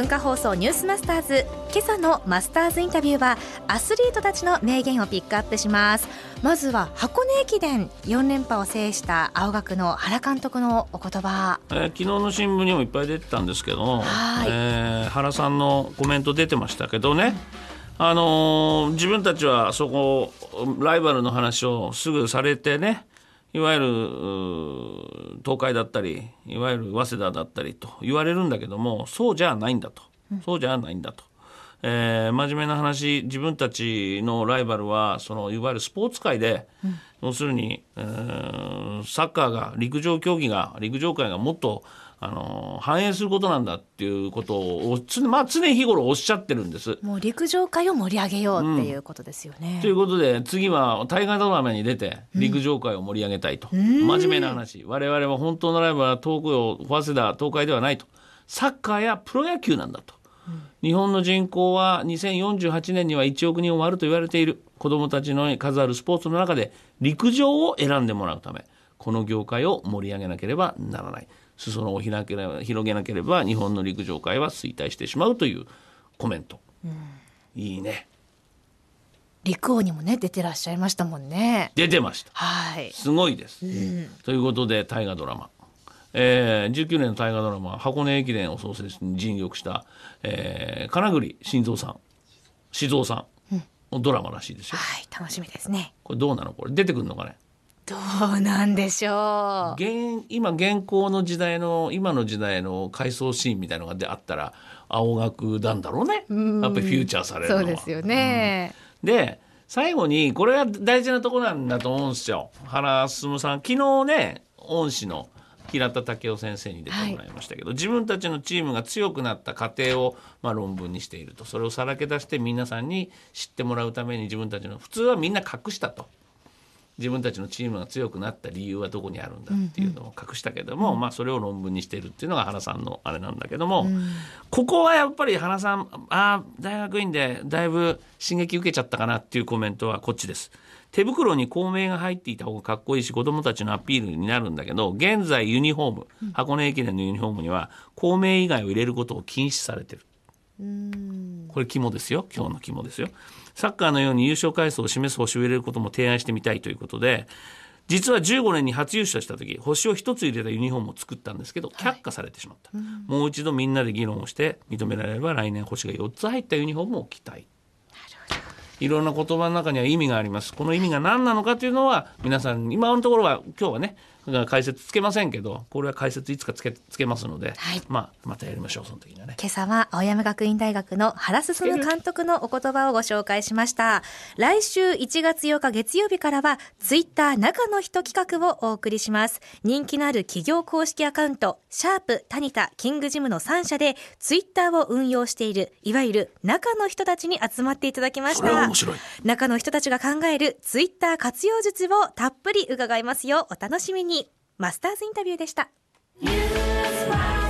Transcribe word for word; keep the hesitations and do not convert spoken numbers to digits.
文化放送ニュースマスターズ、今朝のマスターズインタビューはアスリートたちの名言をピックアップします。まずは箱根駅伝よん連覇を制した青学の原監督のお言葉、 えー、昨日の新聞にもいっぱい出てたんですけど、えー、原さんのコメント出てましたけどね、あのー、自分たちはそこライバルの話をすぐされてね、いわゆる東海だったりいわゆる早稲田だったりと言われるんだけども、そうじゃないんだと、うん、そうじゃないんだと、えー、真面目な話、自分たちのライバルはそのいわゆるスポーツ界で、うん、要するに、えー、サッカーが陸上競技が陸上界がもっとあの反映することなんだっていうことを常、まあ、常日頃おっしゃってるんです。 もう陸上界を盛り上げようっていうことですよね、 うん、ということで次は大河ドラマに出て陸上界を盛り上げたいと、うん、真面目な話、我々は本当のライバルは東京早稲田東海ではないと、サッカーやプロ野球なんだと、うん、日本の人口はにせんよんじゅうはちねんにはいちおくにんを割ると言われている。子どもたちの数あるスポーツの中で陸上を選んでもらうため、この業界を盛り上げなければならない。裾野を広げなければ日本の陸上界は衰退してしまうというコメント、うん、いいね。 陸王にもね出てらっしゃいましたもんね。 出てました、 はい、 すごいです、うん、ということで大河ドラマ、えー、じゅうきゅうねんの大河ドラマ箱根駅伝を創設に尽力した、えー、金栗晋三さん静雄さんのドラマらしいですよ、 はい、楽しみですね。 これどうなの、これ出てくるのかね。 どうなんでしょう。 現今現行の時代の今の時代の回想シーンみたいなのがであったら青学なんだろうね、やっぱりフューチャーされるのは。 そうですよね、 うん、で最後にこれが大事なところなんだと思うんですよ。原進さん昨日ね恩師の平田武夫先生に出てもらいましたけど、はい、自分たちのチームが強くなった過程を、まあ、論文にしていると。それをさらけ出して皆さんに知ってもらうために自分たちの普通はみんな隠したと、自分たちのチームが強くなった理由はどこにあるんだっていうのを隠したけども、うんうん、まあ、それを論文にしているっていうのが原さんのあれなんだけども、うん、ここはやっぱり原さん、あ大学院でだいぶ刺激受けちゃったかなっていうコメントはこっちです。手袋に校名が入っていた方がかっこいいし子どもたちのアピールになるんだけど、現在ユニフォーム、箱根駅伝のユニフォームには校名以外を入れることを禁止されてる。うーん、これ肝ですよ、今日の肝ですよ。サッカーのように優勝回数を示す星を入れることも提案してみたいということで、実はじゅうごねんに初優勝した時星を一つ入れたユニフォームを作ったんですけど却下されてしまった、はい、うん、もう一度みんなで議論をして認められれば来年星がよっつ入ったユニフォームを着たい。いろんな言葉の中には意味があります。この意味が何なのかというのは皆さん今のところは今日はね解説つけませんけど、これは解説いつかつけ、つけますので、はい、まあ、またやりましょう。その時にはね。 今朝は青山学院大学の原進監督のお言葉をご紹介しました。来週いちがつようか月曜日からはツイッター中の人企画をお送りします。人気のある企業公式アカウントシャープ、タニタ、キングジムのさん社でツイッターを運用しているいわゆる中の人たちに集まっていただきました。 それは面白い。 中の人たちが考えるツイッター活用術をたっぷり伺いますよ。お楽しみに。マスターズインタビューでした。